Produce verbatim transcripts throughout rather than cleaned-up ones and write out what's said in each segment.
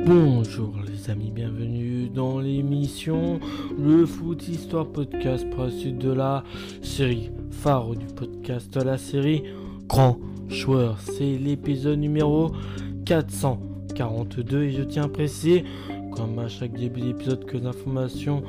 Bonjour les amis, bienvenue dans l'émission Le Foot Histoire Podcast, principe de la série phare du podcast, la série Grand Joueur. C'est l'épisode numéro quatre cent quarante-deux et je tiens à préciser, comme à chaque début d'épisode, que les informations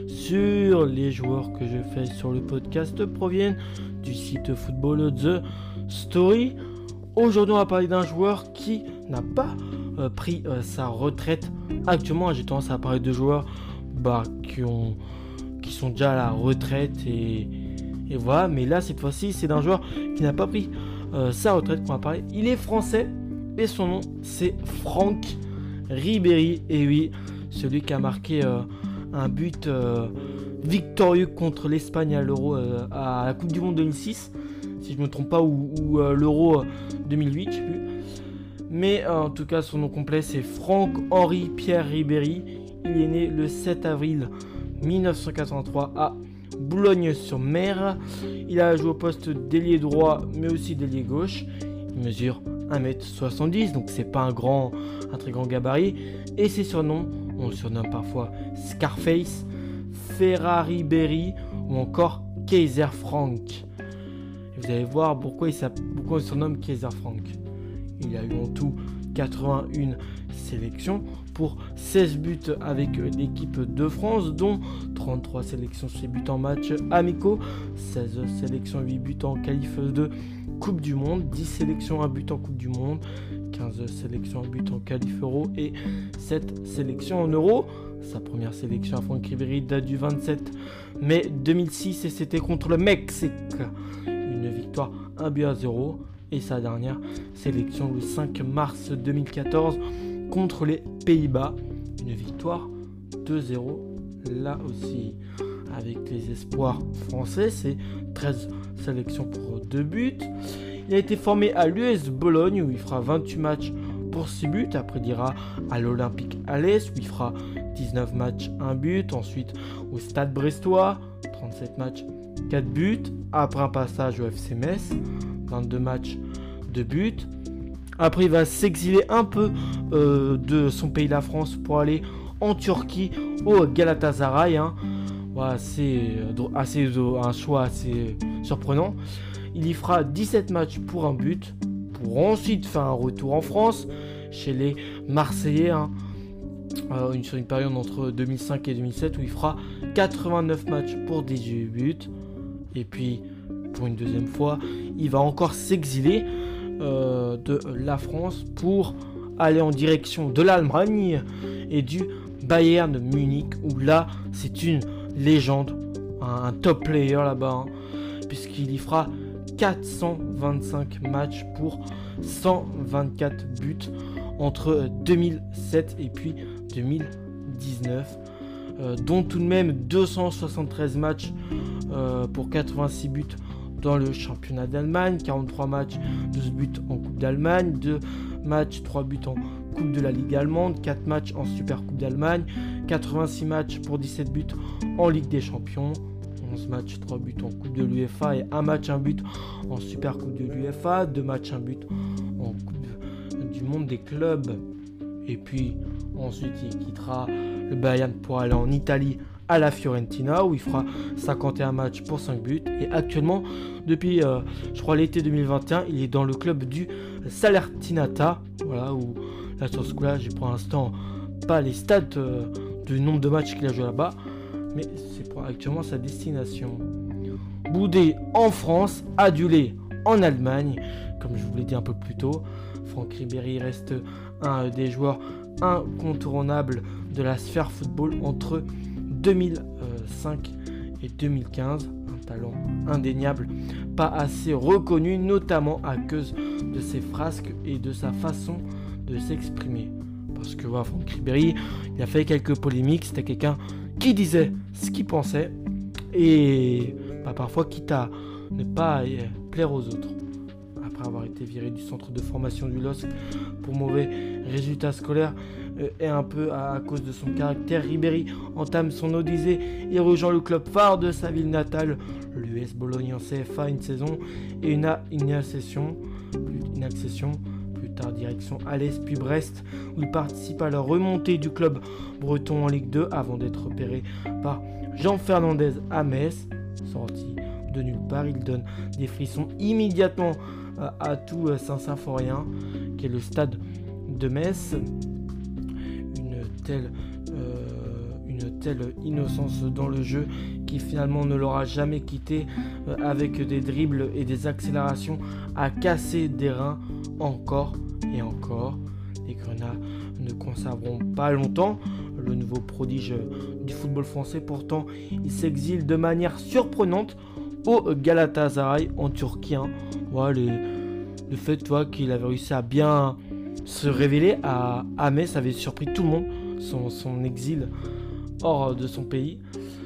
sur les joueurs que je fais sur le podcast proviennent du site Football The Story. Aujourd'hui, on va parler d'un joueur qui n'a pas euh, pris euh, sa retraite. Actuellement, j'ai tendance à parler de joueurs bah, qui, ont, qui sont déjà à la retraite. Et, et voilà, mais là, cette fois-ci, c'est d'un joueur qui n'a pas pris euh, sa retraite qu'on va parler. Il est français et son nom, c'est Franck Ribéry. Et oui, celui qui a marqué euh, un but euh, victorieux contre l'Espagne à l'Euro euh, à la Coupe du Monde deux mille six. Si je ne me trompe pas, ou, ou euh, l'Euro deux mille huit, je sais plus. Mais euh, en tout cas, son nom complet, c'est Franck-Henri Pierre Ribéry. Il est né le sept avril mille neuf cent quatre-vingt-trois à Boulogne-sur-Mer. Il a joué au poste d'ailier droit, mais aussi d'ailier gauche. Il mesure un mètre soixante-dix, donc c'est pas un grand, un très grand gabarit. Et ses surnoms, on le surnomme parfois Scarface, Ferrari Berry ou encore Kaiser Frank. Vous allez voir pourquoi il, pourquoi il se surnomme Kaiser Frank. Il a eu en tout quatre-vingt-une sélections pour seize buts avec l'équipe de France, dont trente-trois sélections sur buts en match amicaux, seize sélections, huit buts en qualif de Coupe du Monde, dix sélections, un but en Coupe du Monde, quinze sélections, un but en qualif Euro et sept sélections en Euro. Sa première sélection à Franck Ribéry date du vingt-sept mai deux mille six et c'était contre le Mexique. Une victoire un but à zéro, et sa dernière sélection le cinq mars deux mille quatorze contre les Pays-Bas, une victoire deux zéro là aussi. Avec les espoirs français, c'est treize sélections pour deux buts. Il a été formé à l'U S Bologne où il fera vingt-huit matchs pour six buts. Après, il ira à l'Olympique Alès où il fera dix-neuf matchs, un but. Ensuite, au Stade Brestois, trente-sept matchs, quatre buts. Après un passage au F C Metz, vingt-deux matchs, deux buts. Après, il va s'exiler un peu euh, de son pays, la France, pour aller en Turquie au Galatasaray. Hein. Voilà, c'est assez, un choix assez surprenant. Il y fera dix-sept matchs pour un but, pour ensuite faire un retour en France chez les Marseillais. Hein. Euh, une, sur une période entre deux mille cinq et deux mille sept où il fera quatre-vingt-neuf matchs pour dix-huit buts. Et puis, pour une deuxième fois, il va encore s'exiler euh, de la France pour aller en direction de l'Allemagne et du Bayern de Munich, où là, c'est une légende, un, un top player là-bas, hein, puisqu'il y fera quatre cent vingt-cinq matchs pour cent vingt-quatre buts entre deux mille sept et puis deux mille dix-neuf. Euh, dont tout de même deux cent soixante-treize matchs euh, pour quatre-vingt-six buts dans le championnat d'Allemagne, quarante-trois matchs, douze buts en Coupe d'Allemagne, deux matchs, trois buts en Coupe de la Ligue allemande, quatre matchs en Super Coupe d'Allemagne, quatre-vingt-six matchs pour dix-sept buts en Ligue des Champions, onze matchs, trois buts en Coupe de l'UEFA et un match, un but en Super Coupe de l'UEFA, deux matchs, un but en Coupe du Monde des clubs. Et puis ensuite il quittera le Bayern pour aller en Italie à la Fiorentina où il fera cinquante et un matchs pour cinq buts. Et actuellement, depuis euh, je crois l'été deux mille vingt et un, il est dans le club du Salernitana. Voilà, où là sur ce coup-là, j'ai pour l'instant pas les stats euh, du nombre de matchs qu'il a joué là-bas, mais c'est pour actuellement sa destination. Boudé en France, adulé en Allemagne, comme je vous l'ai dit un peu plus tôt. Franck Ribéry reste un des joueurs incontournables de la sphère football entre deux mille cinq et deux mille quinze. Un talent indéniable, pas assez reconnu, notamment à cause de ses frasques et de sa façon de s'exprimer. Parce que voilà, Franck Ribéry, il a fait quelques polémiques. C'était quelqu'un qui disait ce qu'il pensait et bah, parfois quitte à ne pas plaire aux autres. Après avoir été viré du centre de formation du L O S C pour mauvais résultats scolaires euh, et un peu à, à cause de son caractère, Ribéry entame son odyssée et rejoint le club phare de sa ville natale, l'U S Bologne en C F A, une saison et une, a, une accession, une accession Plus tard, direction Alès puis Brest, où il participe à la remontée du club breton en Ligue deux avant d'être repéré par Jean Fernandez à Metz. Sorti de nulle part, il donne des frissons immédiatement à tout Saint-Symphorien, qui est le stade de Metz. Une telle, euh, une telle innocence dans le jeu qui finalement ne l'aura jamais quitté, euh, avec des dribbles et des accélérations à casser des reins encore et encore. Les Grenats ne conserveront pas longtemps le nouveau prodige du football français. Pourtant, il s'exile de manière surprenante au Galatasaray en Turquie. Hein. Ouais, les, le fait toi, qu'il avait réussi à bien se révéler à, à Metz avait surpris tout le monde, son, son exil hors de son pays.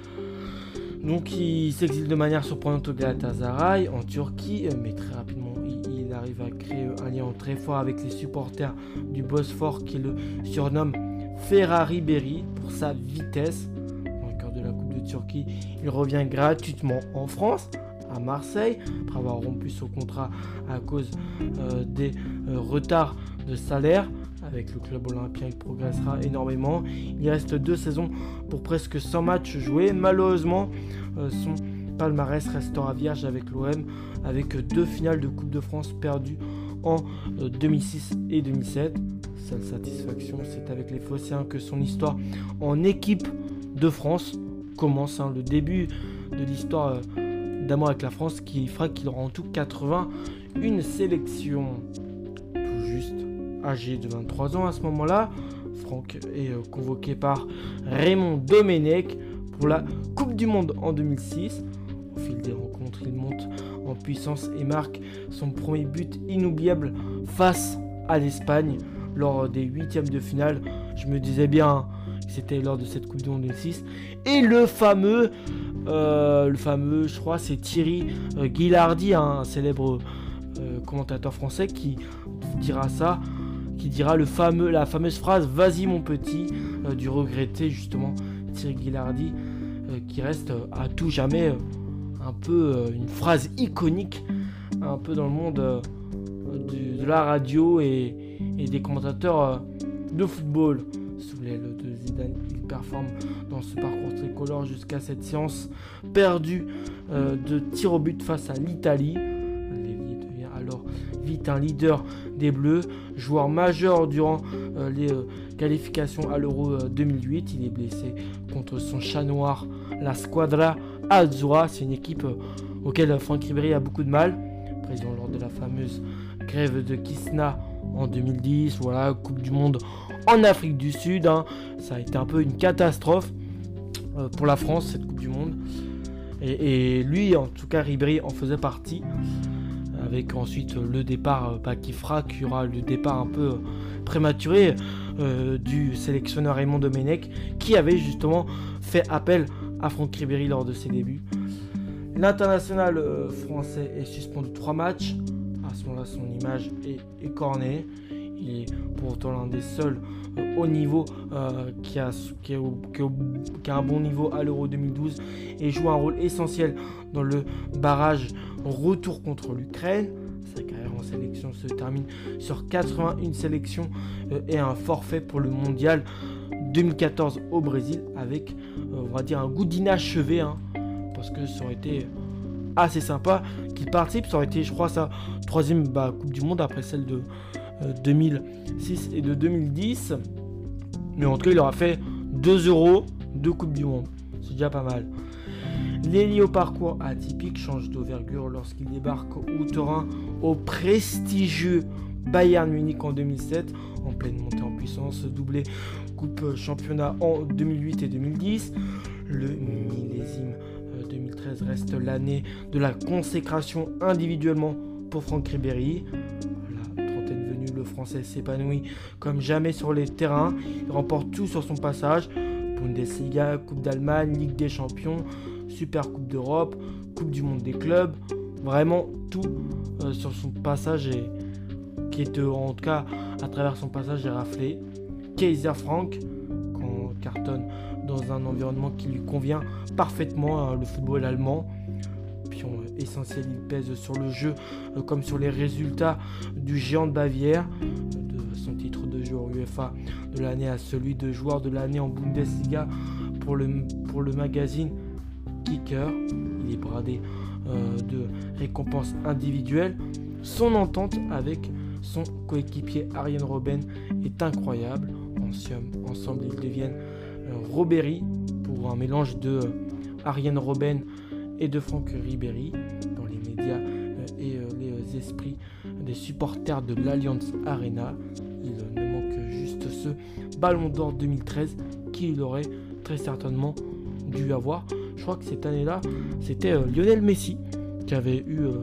Donc il s'exile de manière surprenante au Galatasaray en Turquie, mais très rapidement il, il arrive à créer un lien très fort avec les supporters du Bosphore qui le surnomme Ferrari Berry pour sa vitesse. Vainqueur de la Coupe de Turquie, il revient gratuitement en France, à Marseille, après avoir rompu son contrat à cause euh, des euh, retards de salaire. Avec le club olympien, il progressera énormément. Il reste deux saisons pour presque cent matchs joués. Malheureusement, euh, son palmarès restera vierge avec l'O M, avec deux finales de Coupe de France perdues en euh, deux mille six et deux mille sept. Seule satisfaction, c'est avec les Phocéens que son histoire en équipe de France commence. Hein, le début de l'histoire euh, d'amour avec la France qui fera qu'il aura en tout quatre-vingt-une sélections. Tout juste âgé de vingt-trois ans à ce moment-là, Franck est euh, convoqué par Raymond Domenech pour la Coupe du Monde en deux mille six. Au fil des rencontres, il monte en puissance et marque son premier but inoubliable face à l'Espagne lors des huitièmes de finale. Je me disais bien que c'était lors de cette Coupe du Monde deux mille six. Et le fameux, euh, le fameux, je crois, c'est Thierry euh, Guilardi, hein, un célèbre euh, commentateur français qui dira ça. qui dira le fameux, la fameuse phrase « Vas-y mon petit euh, » du regretté justement Thierry Guilardi, euh, qui reste euh, à tout jamais euh, un peu euh, une phrase iconique, un peu dans le monde euh, de, de la radio et, et des commentateurs euh, de football. Sous l'aile de Zidane, il performe dans ce parcours tricolore jusqu'à cette séance perdue euh, de tir au but face à l'Italie. L'ailier devient alors vite un leader des Bleus, joueur majeur durant euh, les euh, qualifications à l'Euro euh, deux mille huit. Il est blessé contre son chat noir, la Squadra Azzurra. C'est une équipe euh, auquel Franck Ribéry a beaucoup de mal. Présent lors de la fameuse grève de Kisna en deux mille dix, voilà, Coupe du Monde en Afrique du Sud. Hein. Ça a été un peu une catastrophe euh, pour la France, cette Coupe du Monde. Et, et lui, en tout cas, Ribéry en faisait partie. Avec ensuite le départ bah, qui fera qu'il y aura le départ un peu prématuré euh, du sélectionneur Raymond Domenech, qui avait justement fait appel à Franck Ribéry lors de ses débuts. L'international euh, français est suspendu trois matchs. À ce moment-là, son image est écornée. Il est pourtant l'un des seuls euh, haut niveau euh, qui, a, qui, est au, qui, est au, qui a un bon niveau à l'Euro deux mille douze et joue un rôle essentiel dans le barrage retour contre l'Ukraine. Sa carrière en sélection se termine sur quatre-vingt-une sélections euh, et un forfait pour le mondial deux mille quatorze au Brésil avec, euh, on va dire, un goût d'inachevé, hein, parce que ça aurait été assez sympa qu'il participe. Ça aurait été, je crois, sa troisième bah, Coupe du Monde après celle de euh, deux mille six et de deux mille dix. Mais en tout cas, il aura fait deux euros, deux Coupes du Monde. C'est déjà pas mal. L'ailier au parcours atypique change d'envergure lorsqu'il débarque outre-Rhin au prestigieux Bayern Munich en deux mille sept, en pleine montée en puissance, doublé Coupe Championnat en deux mille huit et deux mille dix. Le millésime deux mille treize reste l'année de la consécration individuellement pour Franck Ribéry. La trentaine venue, le Français s'épanouit comme jamais sur les terrains. Il remporte tout sur son passage. Bundesliga, Coupe d'Allemagne, Ligue des Champions, Super Coupe d'Europe, Coupe du Monde des clubs. Vraiment tout euh, sur son passage et qui est euh, en tout cas à travers son passage est raflé. Kaiser Frank, qu'on cartonne dans un environnement qui lui convient parfaitement, hein, le football allemand. champion euh, essentiel, il pèse sur le jeu euh, comme sur les résultats du géant de Bavière, euh, de son titre de joueur UEFA de l'année à celui de joueur de l'année en Bundesliga pour le, pour le magazine Kicker. Il est bradé euh, de récompenses individuelles. Son entente avec son coéquipier Arjen Robben est incroyable. Ensemble, ils deviennent euh, Robéry pour un mélange de euh, Arjen Robben et de Franck Ribéry dans les médias euh, et euh, les euh, esprits des supporters de l'Allianz Arena. Il euh, ne manque juste ce Ballon d'Or deux mille treize qu'il aurait très certainement dû avoir. Je crois que cette année-là, c'était euh, Lionel Messi qui avait eu euh,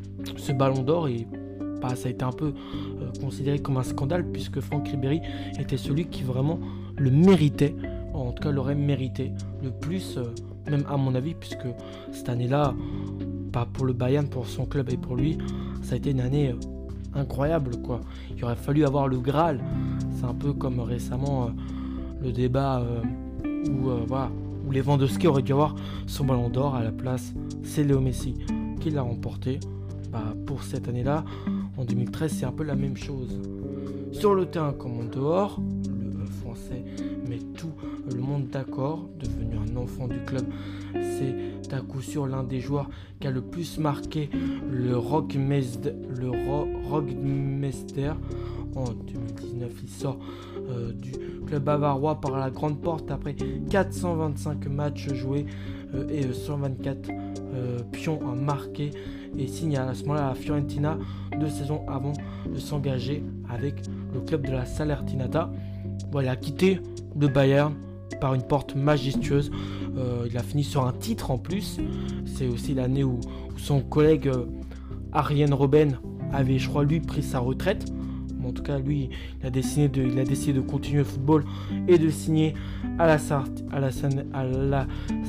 ce Ballon d'Or et bah, ça a été un peu euh, considéré comme un scandale puisque Franck Ribéry était celui qui vraiment le méritait, en tout cas l'aurait mérité le plus, euh, même à mon avis, puisque cette année-là, pas pour le Bayern, pour son club et pour lui, ça a été une année euh, incroyable quoi. Il aurait fallu avoir le Graal. C'est un peu comme récemment euh, le débat euh, où, euh, voilà, où Lewandowski aurait dû avoir son Ballon d'Or. À la place, c'est Léo Messi qui l'a remporté. Bah, pour cette année-là, en deux mille treize, c'est un peu la même chose. Sur le terrain comme en dehors, le euh, français met tout le monde d'accord. Devenu un enfant du club, c'est à coup sûr l'un des joueurs qui a le plus marqué le Rockmeister. Le Ro- Rockmeister. En deux mille dix-neuf, il sort euh, du club bavarois par la grande porte après quatre cent vingt-cinq matchs joués euh, et euh, cent vingt-quatre euh, pions à marquer, et signe à ce moment-là à la Fiorentina deux saisons avant de s'engager avec le club de la Salernitana. Bon, il a quitté le Bayern par une porte majestueuse. Euh, il a fini sur un titre en plus. C'est aussi l'année où, où son collègue euh, Arjen Robben avait, je crois, lui pris sa retraite. En tout cas, lui, il a décidé de, il a décidé de continuer le football et de signer à la, à la, à la,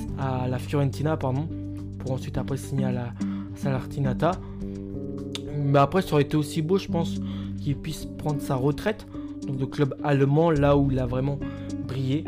à la Fiorentina, pardon, pour ensuite après signer à la Salernitana. Mais après, ça aurait été aussi beau, je pense, qu'il puisse prendre sa retraite, donc le club allemand, là où il a vraiment brillé.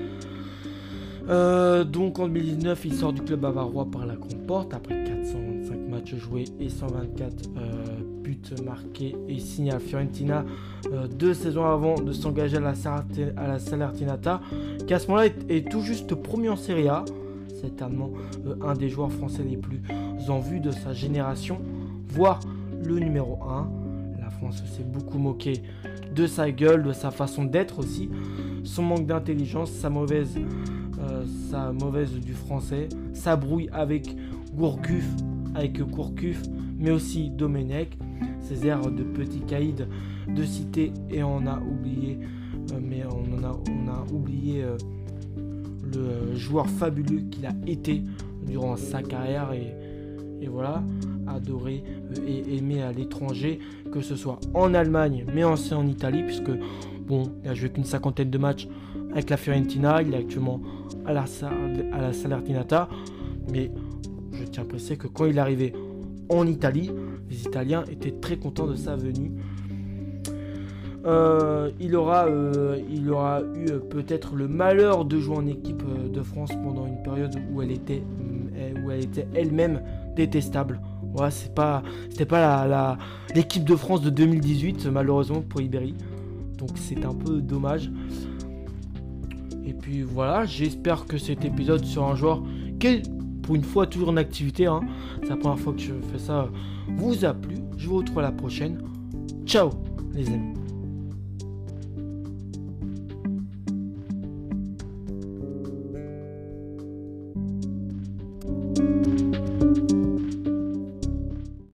Euh, donc en deux mille dix-neuf, il sort du club bavarois par la grande porte après quatre cent vingt-cinq matchs joués et cent vingt-quatre euh, buts marqués, et signe à Fiorentina euh, deux saisons avant de s'engager à la, à la Salernitana, qui à ce moment-là est, est tout juste premier en Serie A. C'est certainement euh, un des joueurs français les plus en vue de sa génération, voire le numéro un. La France s'est beaucoup moquée de sa gueule, de sa façon d'être aussi, son manque d'intelligence, sa mauvaise Euh, sa mauvaise du français, sa brouille avec Gourcuff, avec Gourcuff, mais aussi Domenech, ses airs de petit caïd de cité, et on a oublié, euh, mais on en a, on a oublié euh, le euh, joueur fabuleux qu'il a été durant sa carrière, et, et voilà, adoré euh, et aimé à l'étranger, que ce soit en Allemagne, mais aussi en Italie, puisque bon, il a joué qu'une cinquantaine de matchs avec la Fiorentina, il est actuellement à la, à la Salernitana, mais je tiens à préciser que quand il est arrivé en Italie, les Italiens étaient très contents de sa venue. Euh, il, aura, euh, il aura eu euh, peut-être le malheur de jouer en équipe euh, de France pendant une période où elle était, euh, où elle était elle-même détestable. Voilà, c'est pas, c'était pas la, la, l'équipe de France de deux mille dix-huit, malheureusement pour Ribéry. Donc c'est un peu dommage. Et puis voilà, j'espère que cet épisode sur un joueur qui est pour une fois toujours en activité, hein, c'est la première fois que je fais ça, vous a plu. Je vous retrouve à la prochaine. Ciao les amis.